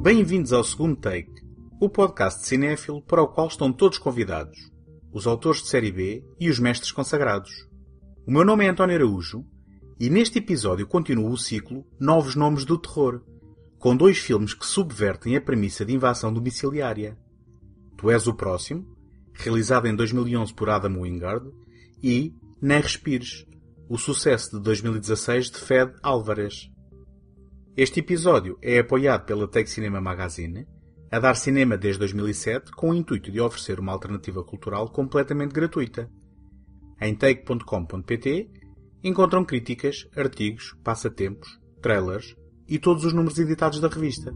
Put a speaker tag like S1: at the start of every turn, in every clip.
S1: Bem-vindos ao segundo take, o podcast de cinéfilo para o qual estão todos convidados, os autores de série B e os mestres consagrados. O meu nome é António Araújo e neste episódio continuo o ciclo Novos Nomes do Terror, com 2 filmes que subvertem a premissa de invasão domiciliária. Tu És o Próximo, realizado em 2011 por Adam Wingard, e Nem Respires, o sucesso de 2016 de Fede Álvares. Este episódio é apoiado pela Take Cinema Magazine, a dar cinema desde 2007 com o intuito de oferecer uma alternativa cultural completamente gratuita. Em take.com.pt encontram críticas, artigos, passatempos, trailers e todos os números editados da revista.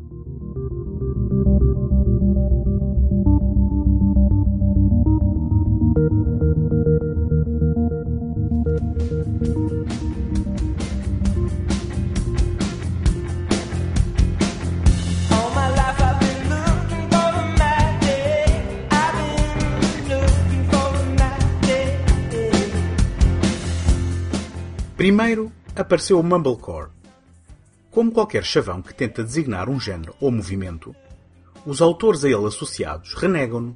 S1: Primeiro apareceu o Mumblecore. Como qualquer chavão que tenta designar um género ou movimento, os autores a ele associados renegam-no.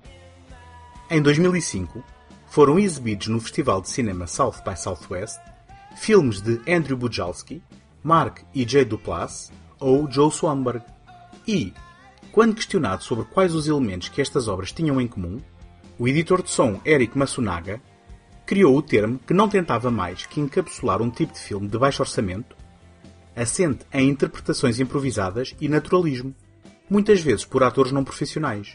S1: Em 2005, foram exibidos no Festival de Cinema South by Southwest filmes de Andrew Bujalski, Mark e Jay Duplass ou Joe Swanberg. E, quando questionado sobre quais os elementos que estas obras tinham em comum, o editor de som Eric Matsunaga criou o termo que não tentava mais que encapsular um tipo de filme de baixo orçamento, assente em interpretações improvisadas e naturalismo, muitas vezes por atores não profissionais.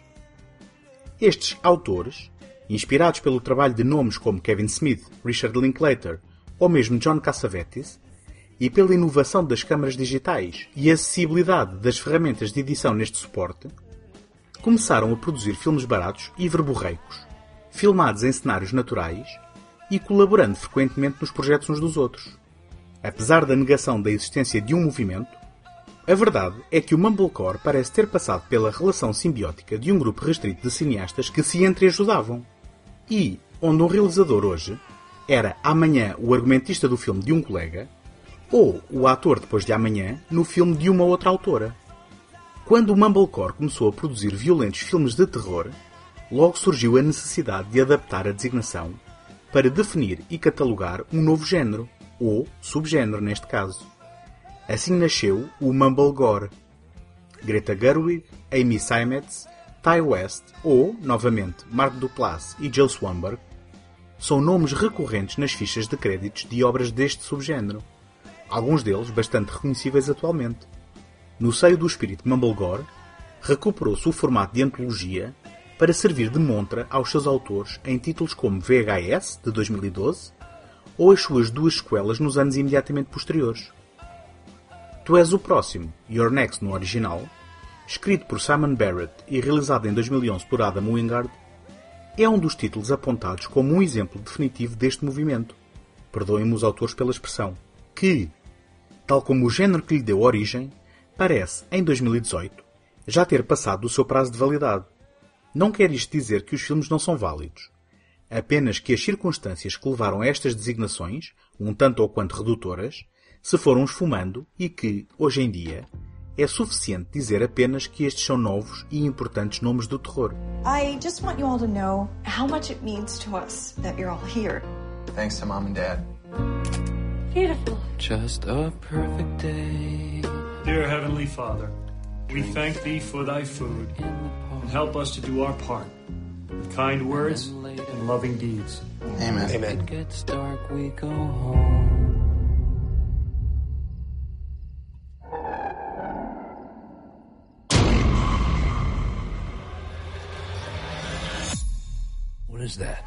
S1: Estes autores, inspirados pelo trabalho de nomes como Kevin Smith, Richard Linklater ou mesmo John Cassavetes, e pela inovação das câmaras digitais e a acessibilidade das ferramentas de edição neste suporte, começaram a produzir filmes baratos e verborreicos, filmados em cenários naturais e colaborando frequentemente nos projetos uns dos outros. Apesar da negação da existência de um movimento, a verdade é que o Mumblecore parece ter passado pela relação simbiótica de um grupo restrito de cineastas que se entreajudavam. E, onde um realizador hoje era amanhã o argumentista do filme de um colega, ou o ator depois de amanhã no filme de uma outra autora. Quando o Mumblecore começou a produzir violentos filmes de terror, logo surgiu a necessidade de adaptar a designação para definir e catalogar um novo género, ou subgénero neste caso. Assim nasceu o Mumblegore. Greta Gerwig, Amy Seimetz, Ty West ou, novamente, Mark Duplass e Joe Swanberg são nomes recorrentes nas fichas de créditos de obras deste subgénero, alguns deles bastante reconhecíveis atualmente. No seio do espírito Mumblegore, recuperou-se o formato de antologia para servir de montra aos seus autores em títulos como VHS, de 2012, ou as suas 2 sequelas nos anos imediatamente posteriores. Tu És o Próximo, You're Next no original, escrito por Simon Barrett e realizado em 2011 por Adam Wingard, é um dos títulos apontados como um exemplo definitivo deste movimento, perdoem-me os autores pela expressão, que, tal como o género que lhe deu origem, parece, em 2018, já ter passado o seu prazo de validade. Não quer isto dizer que os filmes não são válidos, apenas que as circunstâncias que levaram a estas designações, um tanto ou quanto redutoras, se foram esfumando e que, hoje em dia, é suficiente dizer apenas que estes são novos e importantes nomes do terror.
S2: I just want you all to know how much it means to us that you're all here.
S3: Thanks to Mom and Dad.
S2: Beautiful.
S4: Just a perfect day.
S5: Dear Heavenly Father, we thank Thee for Thy food and help us to do our part with kind words and loving deeds.
S3: Amen.
S4: It gets dark, we go home. What is that?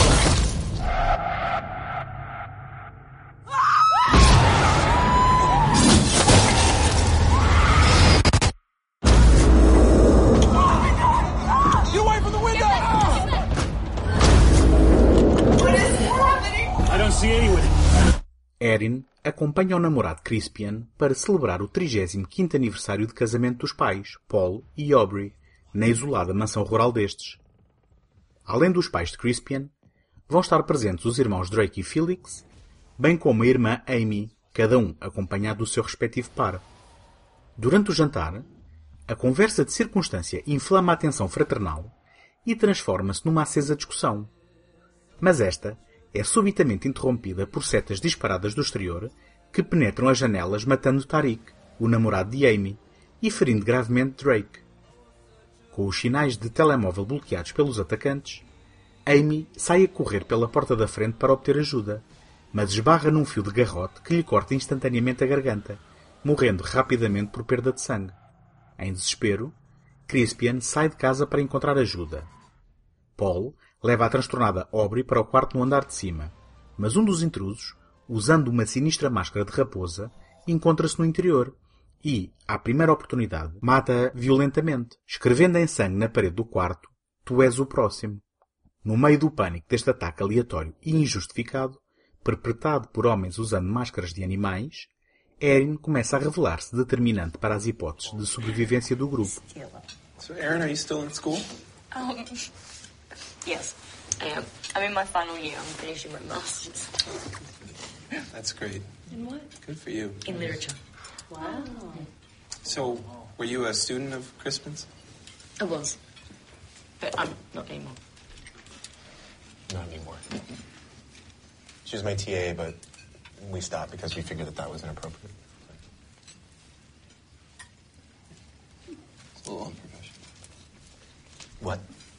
S1: Erin acompanha o namorado Crispian para celebrar o 35º aniversário de casamento dos pais, Paul e Aubrey, na isolada mansão rural destes. Além dos pais de Crispian, vão estar presentes os irmãos Drake e Felix, bem como a irmã Amy, cada um acompanhado do seu respectivo par. Durante o jantar, A conversa de circunstância inflama a tensão fraternal e transforma-se numa acesa discussão. Mas esta é subitamente interrompida por setas disparadas do exterior que penetram as janelas matando Tariq, o namorado de Amy, e ferindo gravemente Drake. Com os sinais de telemóvel bloqueados pelos atacantes, Amy sai a correr pela porta da frente para obter ajuda, mas esbarra num fio de garrote que lhe corta instantaneamente a garganta, morrendo rapidamente por perda de sangue. Em desespero, Crispian sai de casa para encontrar ajuda. Paul leva a transtornada Aubrey para o quarto no andar de cima, mas um dos intrusos, usando uma sinistra máscara de raposa, encontra-se no interior e, à primeira oportunidade, mata-a violentamente, escrevendo em sangue na parede do quarto: "Tu és o próximo." No meio do pânico deste ataque aleatório e injustificado, perpetrado por homens usando máscaras de animais, Erin começa a revelar-se determinante para as hipóteses de sobrevivência do grupo.
S3: So, Erin, are you still in school?
S6: Yes, I am. I'm in my final year. I'm finishing my master's.
S3: That's great.
S6: In what?
S3: Good for you.
S6: In literature. Wow.
S3: So, were you a student of Crispin's?
S6: I was. But I'm not anymore.
S7: Not anymore. She was my TA, but we stopped because we figured that was inappropriate.
S3: It's a little unprofessional.
S7: What?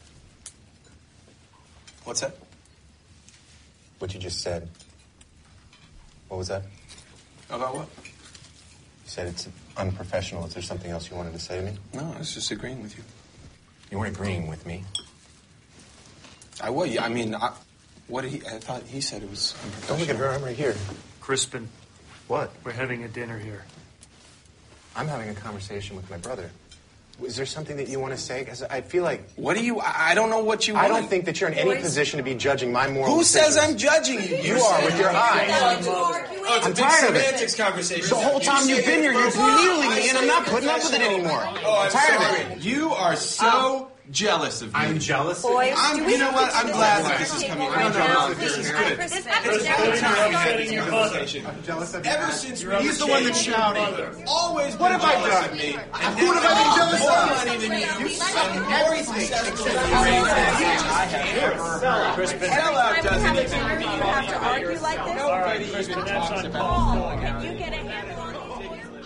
S3: What's that?
S7: What you just said. What was that?
S3: About what?
S7: You said it's unprofessional. Is there something else you wanted to say to me?
S3: No, I was just agreeing with you.
S7: You weren't agreeing with me.
S3: I was. I mean, what did he? I thought he said it was unprofessional.
S7: Don't look at her. I'm right here.
S5: Crispin,
S7: What?
S5: we're having a dinner here.
S7: I'm having a conversation with my brother. Is there something that you want to say? Because I feel like...
S3: What do you... I don't know what you want.
S7: I don't think that you're in any position to be judging my moral
S3: Who
S7: decisions.
S3: says I'm judging you?
S7: You are with your eyes.
S3: Oh, it's a big
S7: tired of it.
S3: semantics conversation.
S7: The whole time you've been here, you're needling me, and I'm not putting up with it anymore.
S3: Oh, I'm
S7: tired
S3: sorry.
S7: of it.
S3: You are so jealous of me.
S7: I'm jealous.
S2: Boys,
S3: You know what? I'm glad that this is coming. No, this is good.
S5: Upsetting your mother.
S7: I'm jealous of you.
S3: Ever since
S7: He's the one that's shouting.
S3: Always
S7: What
S3: been
S7: have I
S3: jealous
S7: done?
S3: of me.
S7: Who have I been jealous
S3: More
S7: of?
S3: money than you.
S7: You suck at
S3: More
S7: everything.
S3: successful than you. Sellout doesn't even
S2: You have to argue like this?
S3: Nobody even talks about it.
S2: You get a handle on it.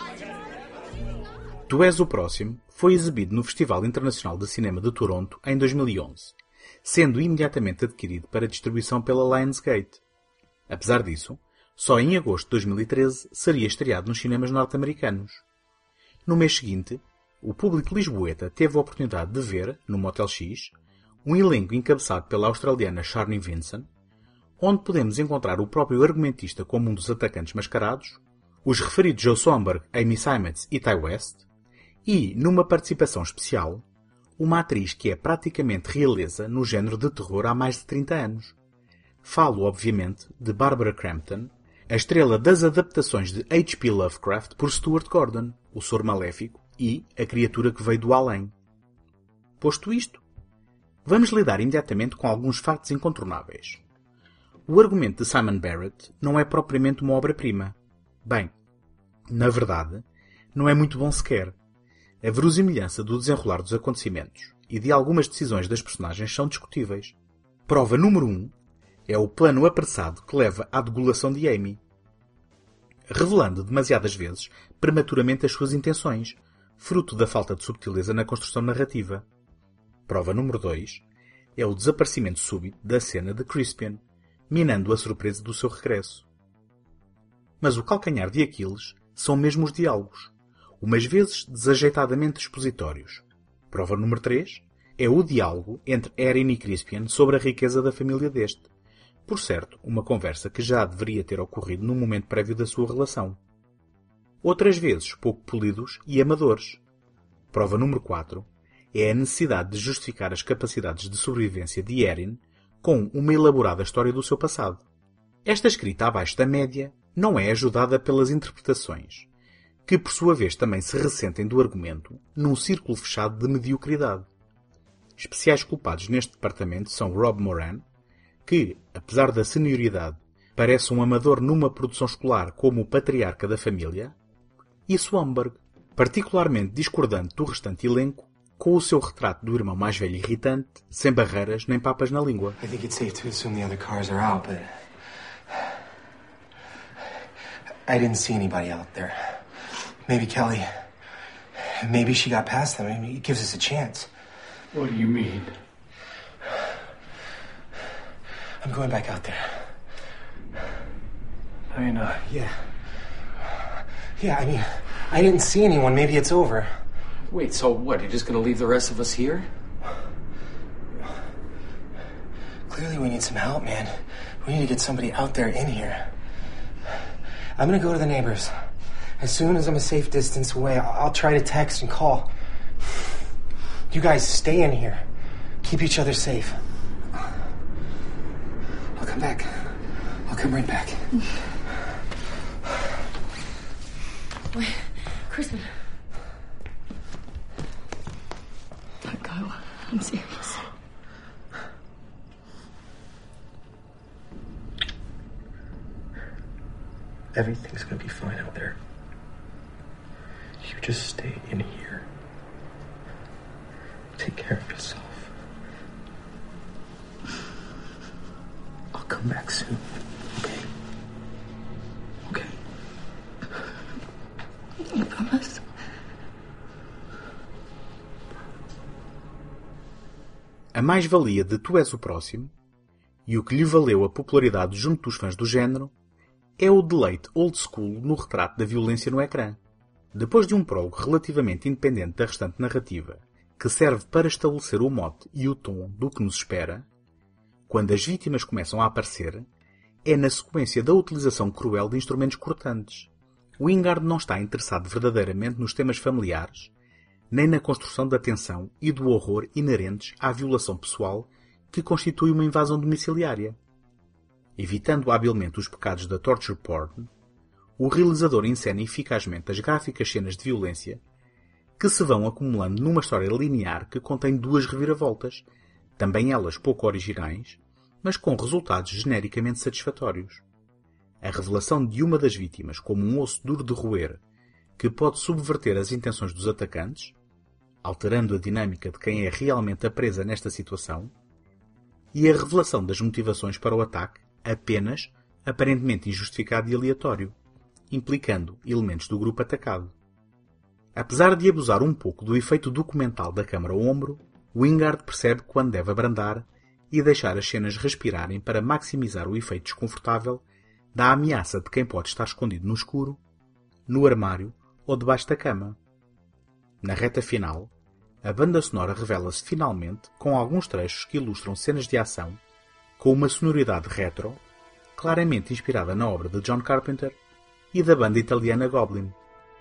S1: Tu És o Próximo foi exibido no Festival Internacional de Cinema de Toronto em 2011, sendo imediatamente adquirido para distribuição pela Lionsgate. Apesar disso, só em agosto de 2013 seria estreado nos cinemas norte-americanos. No mês seguinte, o público lisboeta teve a oportunidade de ver, no Motel X, um elenco encabeçado pela australiana Sharni Vinson, onde podemos encontrar o próprio argumentista como um dos atacantes mascarados, os referidos Joe Somberg, Amy Seimetz e Ty West, e, numa participação especial, uma atriz que é praticamente realeza no género de terror há mais de 30 anos. Falo, obviamente, de Barbara Crampton, a estrela das adaptações de H.P. Lovecraft por Stuart Gordon, o Sor Maléfico e a criatura que veio do além. Posto isto, vamos lidar imediatamente com alguns factos incontornáveis. O argumento de Simon Barrett não é propriamente uma obra-prima. Bem, na verdade, não é muito bom sequer. A verosimilhança do desenrolar dos acontecimentos e de algumas decisões das personagens são discutíveis. Prova número 1 é o plano apressado que leva à degolação de Amy, revelando demasiadas vezes prematuramente as suas intenções, fruto da falta de subtileza na construção narrativa. Prova número 2 é o desaparecimento súbito da cena de Crispian, minando a surpresa do seu regresso. Mas o calcanhar de Aquiles são mesmo os diálogos, umas vezes desajeitadamente expositórios. Prova número 3 é o diálogo entre Erin e Crispian sobre a riqueza da família deste. Por certo, uma conversa que já deveria ter ocorrido no momento prévio da sua relação. Outras vezes pouco polidos e amadores. Prova número 4 é a necessidade de justificar as capacidades de sobrevivência de Erin com uma elaborada história do seu passado. Esta escrita abaixo da média não é ajudada pelas interpretações, que por sua vez também se ressentem do argumento num círculo fechado de mediocridade. Especiais culpados neste departamento são Rob Moran, que, apesar da senioridade, parece um amador numa produção escolar como o patriarca da família, e Swanberg, particularmente discordante do restante elenco, com o seu retrato do irmão mais velho irritante, sem barreiras nem papas na língua.
S8: I think it's safe to assume the other cars are out, but I didn't see anybody out there. Maybe Kelly. Maybe she got past them. I mean, it gives us a chance.
S5: What do you mean?
S8: I'm going back out there.
S5: No, you're not.
S8: Yeah, I mean, I didn't see anyone. Maybe it's over.
S9: Wait, so what? You're just gonna leave the rest of us here?
S8: Clearly we need some help, man. We need to get somebody out there in here. I'm gonna go to the neighbors. As soon as I'm a safe distance away, I'll try to text and call. You guys stay in here. Keep each other safe. I'll come back. I'll come right back.
S6: Wait, Crispin. Don't go. I'm serious.
S8: Everything's gonna be fine out there. You just stay in here. Take care of yourself. I'll come back soon, okay? Okay.
S6: You promise?
S1: A mais-valia de Tu És o Próximo, e o que lhe valeu a popularidade junto dos fãs do género, é o deleite old school no retrato da violência no ecrã. Depois de um prólogo relativamente independente da restante narrativa, que serve para estabelecer o mote e o tom do que nos espera, quando as vítimas começam a aparecer, é na sequência da utilização cruel de instrumentos cortantes. Wingard não está interessado verdadeiramente nos temas familiares, nem na construção da tensão e do horror inerentes à violação pessoal que constitui uma invasão domiciliária. Evitando habilmente os pecados da torture porn, o realizador encena eficazmente as gráficas cenas de violência que se vão acumulando numa história linear que contém duas reviravoltas, também elas pouco originais, mas com resultados genericamente satisfatórios. A revelação de uma das vítimas como um osso duro de roer que pode subverter as intenções dos atacantes, alterando a dinâmica de quem é realmente a presa nesta situação, e a revelação das motivações para o ataque apenas aparentemente injustificado e aleatório, implicando elementos do grupo atacado. Apesar de abusar um pouco do efeito documental da câmara ao ombro, Wingard percebe quando deve abrandar e deixar as cenas respirarem para maximizar o efeito desconfortável da ameaça de quem pode estar escondido no escuro, no armário ou debaixo da cama. Na reta final, a banda sonora revela-se finalmente com alguns trechos que ilustram cenas de ação com uma sonoridade retro, claramente inspirada na obra de John Carpenter e da banda italiana Goblin.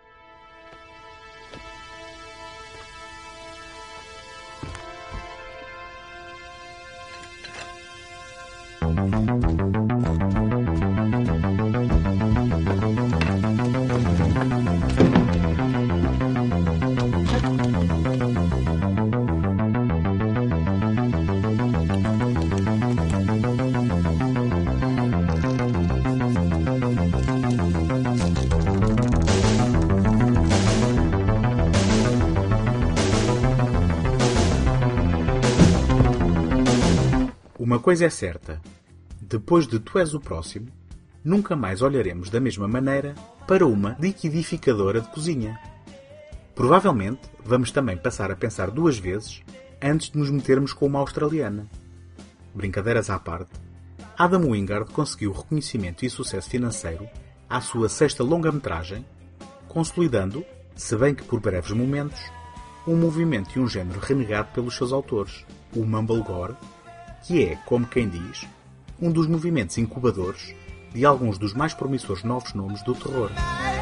S1: Uma coisa é certa, depois de Tu És o Próximo, nunca mais olharemos da mesma maneira para uma liquidificadora de cozinha. Provavelmente vamos também passar a pensar duas vezes antes de nos metermos com uma australiana. Brincadeiras à parte, Adam Wingard conseguiu reconhecimento e sucesso financeiro à sua sexta longa-metragem, consolidando, se bem que por breves momentos, um movimento e um género renegado pelos seus autores, o Mumblegore, que é, como quem diz, um dos movimentos incubadores de alguns dos mais promissores novos nomes do terror.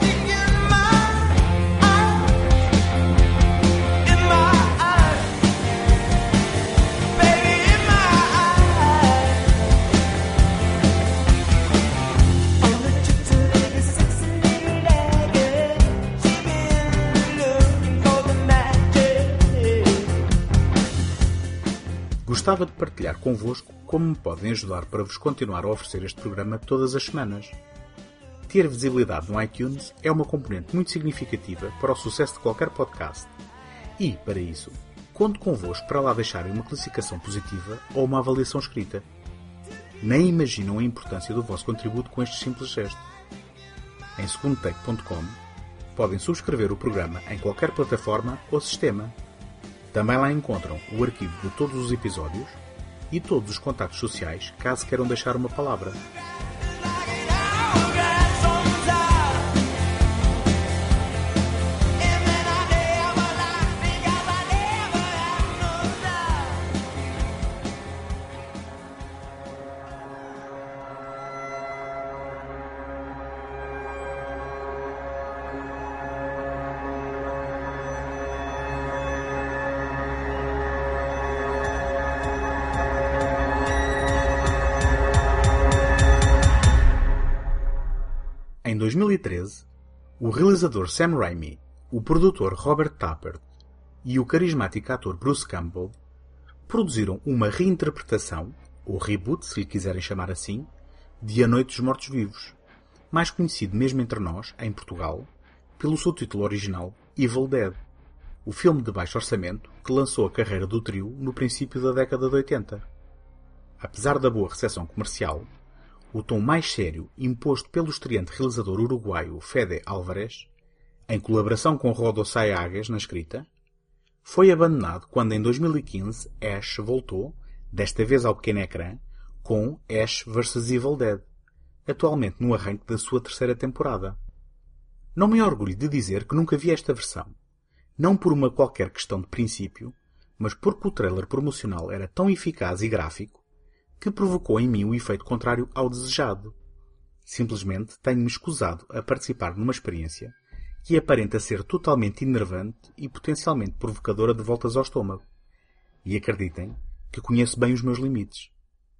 S1: Gostava de partilhar convosco como me podem ajudar para vos continuar a oferecer este programa todas as semanas. ter visibilidade no iTunes é uma componente muito significativa para o sucesso de qualquer podcast. E, para isso, conto convosco para lá deixarem uma classificação positiva ou uma avaliação escrita. Nem imaginam a importância do vosso contributo com este simples gesto. Em segundotake.com podem subscrever o programa em qualquer plataforma ou sistema. Também lá encontram o arquivo de todos os episódios e todos os contactos sociais, caso queiram deixar uma palavra. Em 2013, o realizador Sam Raimi, o produtor Robert Tappert e o carismático ator Bruce Campbell produziram uma reinterpretação, ou reboot, se lhe quiserem chamar assim, de A Noite dos Mortos-Vivos, mais conhecido mesmo entre nós, em Portugal, pelo seu título original Evil Dead, o filme de baixo orçamento que lançou a carreira do trio no princípio da década de 80. Apesar da boa recepção comercial, o tom mais sério imposto pelo estreante realizador uruguaio Fede Álvarez, em colaboração com Rodo Sayagues na escrita, foi abandonado quando em 2015 Ash voltou, desta vez ao pequeno ecrã, com Ash vs Evil Dead, atualmente no arranque da sua terceira temporada. Não me orgulho de dizer que nunca vi esta versão, não por uma qualquer questão de princípio, mas porque o trailer promocional era tão eficaz e gráfico que provocou em mim o efeito contrário ao desejado. Simplesmente tenho-me escusado a participar numa experiência que aparenta ser totalmente enervante e potencialmente provocadora de voltas ao estômago. E acreditem que conheço bem os meus limites.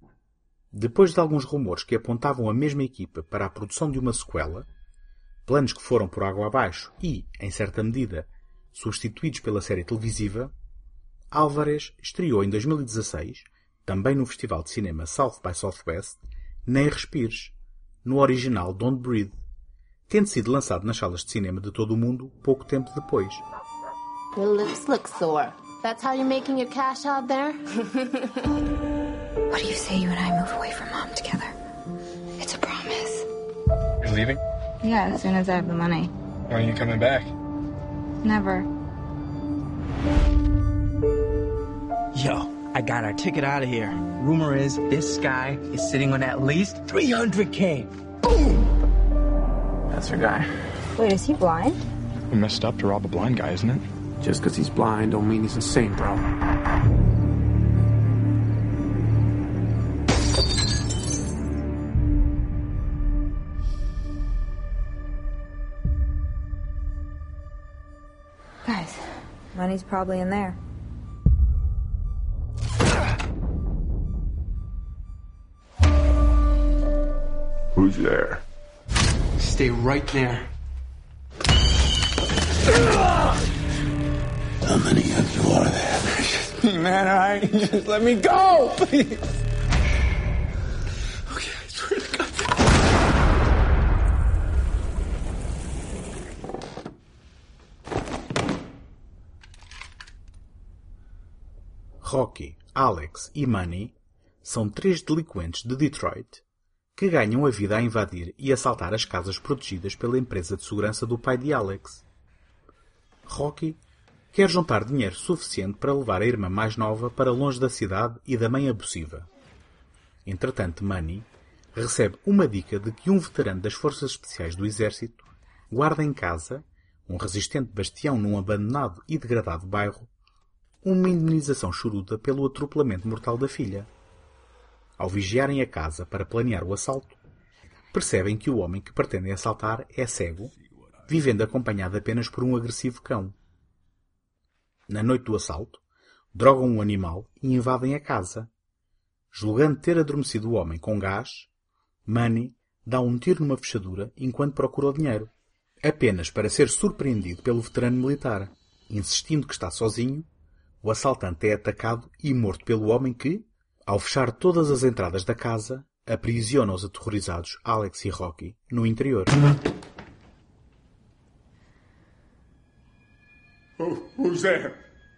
S1: Depois de alguns rumores que apontavam a mesma equipa para a produção de uma sequela, planos que foram por água abaixo e, em certa medida, substituídos pela série televisiva, Álvarez estreou em 2016, também no Festival de Cinema South by Southwest, Nem Respires, no original Don't Breathe, tendo sido lançado nas salas de cinema de todo o mundo pouco tempo depois.
S10: Your lips look sore. That's how you're making your cash out there?
S2: What do you say you and I move away from Mom together? It's a promise.
S3: You're leaving?
S10: Yeah, as soon as I have the money.
S3: When are you coming back?
S10: Never.
S11: Yo, I got our ticket out of here. Rumor is this guy is sitting on at least $300K. Boom!
S8: That's our guy.
S10: Wait, is he blind?
S3: We messed up to rob a blind guy, isn't it?
S8: Just because he's blind don't mean he's insane, bro.
S10: Guys, money's probably in there.
S3: Who's there?
S8: Stay right there.
S3: How many of you are there?
S8: Just me, man, all right? Just let me go, please. Okay, I swear to God.
S1: Rocky, Alex e Manny são três delinquentes de Detroit que ganham a vida a invadir e assaltar as casas protegidas pela empresa de segurança do pai de Alex. Rocky quer juntar dinheiro suficiente para levar a irmã mais nova para longe da cidade e da mãe abusiva. Entretanto, Manny recebe uma dica de que um veterano das forças especiais do exército guarda em casa, um resistente bastião num abandonado e degradado bairro, uma indemnização choruda pelo atropelamento mortal da filha. Ao vigiarem a casa para planear o assalto, percebem que o homem que pretendem assaltar é cego, vivendo acompanhado apenas por um agressivo cão. Na noite do assalto, drogam um animal e invadem a casa. Julgando ter adormecido o homem com gás, Manny dá um tiro numa fechadura enquanto procura o dinheiro, apenas para ser surpreendido pelo veterano militar. Insistindo que está sozinho, o assaltante é atacado e morto pelo homem que, ao fechar todas as entradas da casa, aprisiona os aterrorizados Alex e Rocky no interior.
S12: Who's there?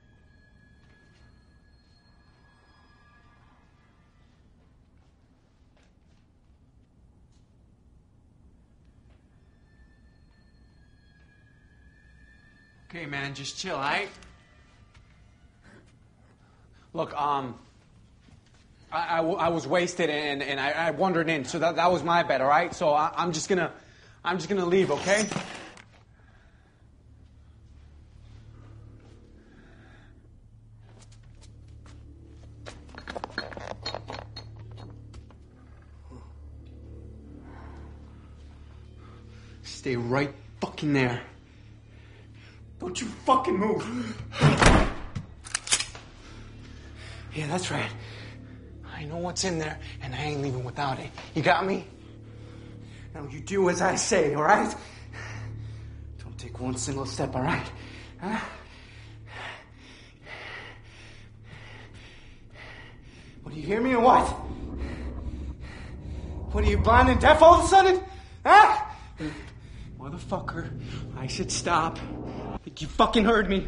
S11: Okay, man, just chill, alright? Look, I was wasted and I wandered in, so that was my bad, alright? So I'm just gonna leave, okay? Stay right fucking there. Don't you fucking move. Yeah, that's right. I know what's in there, and I ain't leaving without it. You got me? Now you do as I say, all right? Don't take one single step, all right? Huh? What, do you hear me or what? What, are you blind and deaf all of a sudden? Huh? Motherfucker, I said stop. I think you fucking heard me.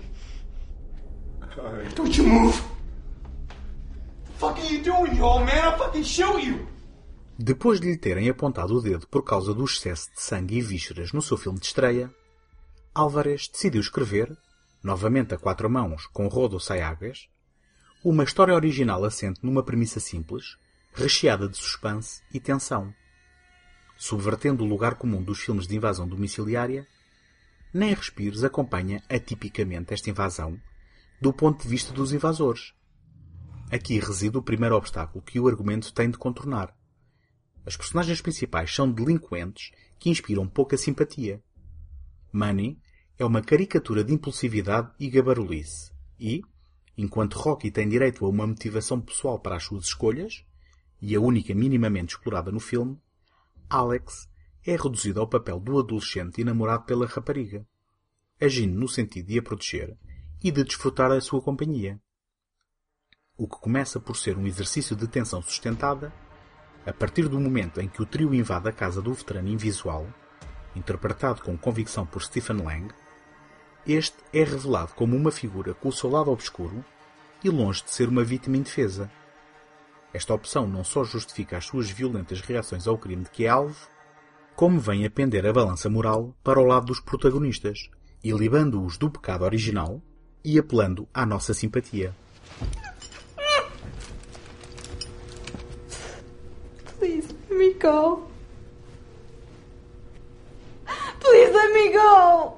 S11: Don't you move! What the fuck are you doing, you old man? I'll fucking shoot you!
S1: Depois de lhe terem apontado o dedo por causa do excesso de sangue e vísceras no seu filme de estreia, Álvarez decidiu escrever, novamente a 4 mãos com Rodo Sayagues, uma história original assente numa premissa simples, recheada de suspense e tensão. Subvertendo o lugar comum dos filmes de invasão domiciliária, Nem Respires acompanha atipicamente esta invasão do ponto de vista dos invasores. Aqui reside o primeiro obstáculo que o argumento tem de contornar. As personagens principais são delinquentes que inspiram pouca simpatia. Money é uma caricatura de impulsividade e gabarulice e, enquanto Rocky tem direito a uma motivação pessoal para as suas escolhas, e a única minimamente explorada no filme, Alex é reduzido ao papel do adolescente enamorado pela rapariga, agindo no sentido de a proteger e de desfrutar a sua companhia. O que começa por ser um exercício de tensão sustentada, a partir do momento em que o trio invade a casa do veterano invisual, interpretado com convicção por Stephen Lang, este é revelado como uma figura com o seu lado obscuro e longe de ser uma vítima indefesa. Esta opção não só justifica as suas violentas reações ao crime de que é alvo, como vem a pender a balança moral para o lado dos protagonistas, ilibando-os do pecado original e apelando à nossa simpatia.
S2: Please let me go. Please let me go.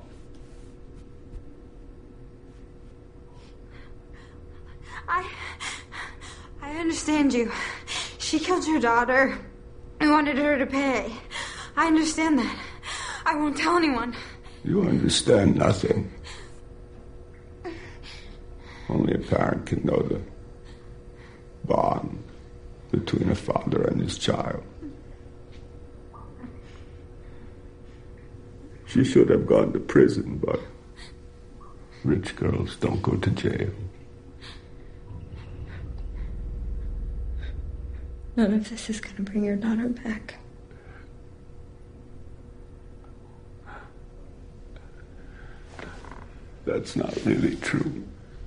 S2: I understand you. She killed your daughter. I wanted her to pay. I understand that. I won't tell anyone.
S12: You understand nothing. Only a parent can know the bond between a father and his child. She should have gone to prison, but rich girls don't go to jail.
S2: None of this is going to bring your daughter back.
S12: That's not really true.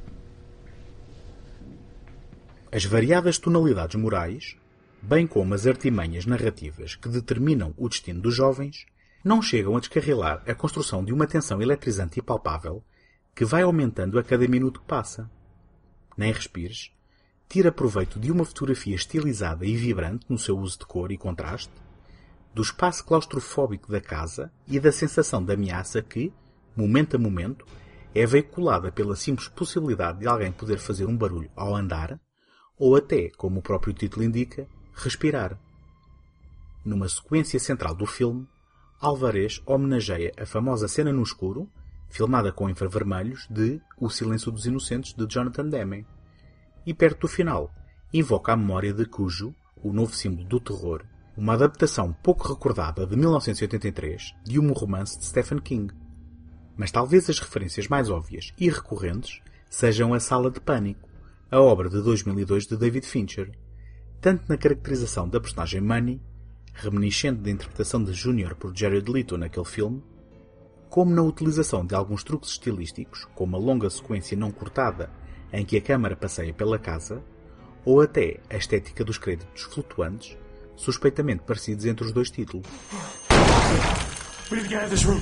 S1: As variadas tonalidades morais, bem como as artimanhas narrativas que determinam o destino dos jovens, não chegam a descarrilar a construção de uma tensão eletrizante e palpável que vai aumentando a cada minuto que passa. Nem Respires tira proveito de uma fotografia estilizada e vibrante no seu uso de cor e contraste, do espaço claustrofóbico da casa e da sensação de ameaça que, momento a momento, é veiculada pela simples possibilidade de alguém poder fazer um barulho ao andar, ou até, como o próprio título indica, respirar. Numa sequência central do filme, Álvarez homenageia a famosa cena no escuro, filmada com infravermelhos, de O Silêncio dos Inocentes, de Jonathan Demme, e perto do final, invoca a memória de Cujo, o novo símbolo do terror, uma adaptação pouco recordada de 1983 de um romance de Stephen King. Mas talvez as referências mais óbvias e recorrentes sejam A Sala de Pânico, a obra de 2002 de David Fincher, tanto na caracterização da personagem Money, reminiscente da interpretação de Junior por Jared Leto naquele filme, como na utilização de alguns truques estilísticos, como a longa sequência não cortada em que a câmara passeia pela casa, ou até a estética dos créditos flutuantes, suspeitamente parecidos entre os dois títulos.
S13: We need to get out of this room.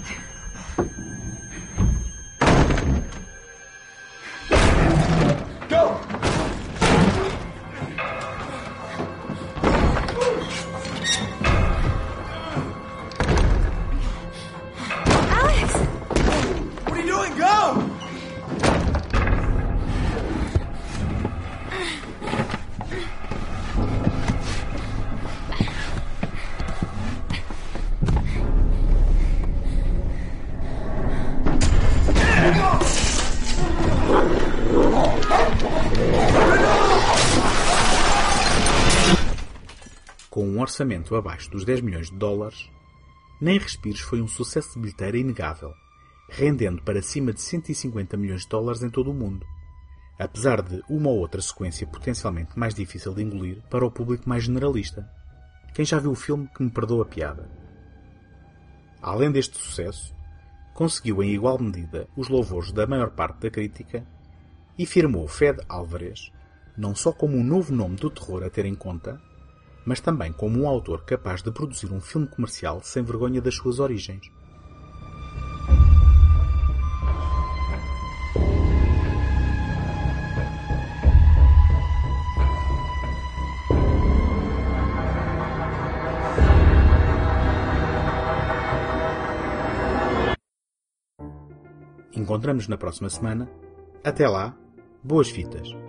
S13: Go!
S2: Alex!
S13: What are you doing? Go!
S1: Com um orçamento abaixo dos 10 milhões de dólares, Nem Respires foi um sucesso de bilheteira inegável, rendendo para cima de 150 milhões de dólares em todo o mundo, apesar de uma ou outra sequência potencialmente mais difícil de engolir para o público mais generalista. Quem já viu o filme que me perdoa a piada. Além deste sucesso, conseguiu em igual medida os louvores da maior parte da crítica e firmou Fede Álvares não só como um novo nome do terror a ter em conta, mas também como um autor capaz de produzir um filme comercial sem vergonha das suas origens. Encontramos na próxima semana. Até lá, boas fitas!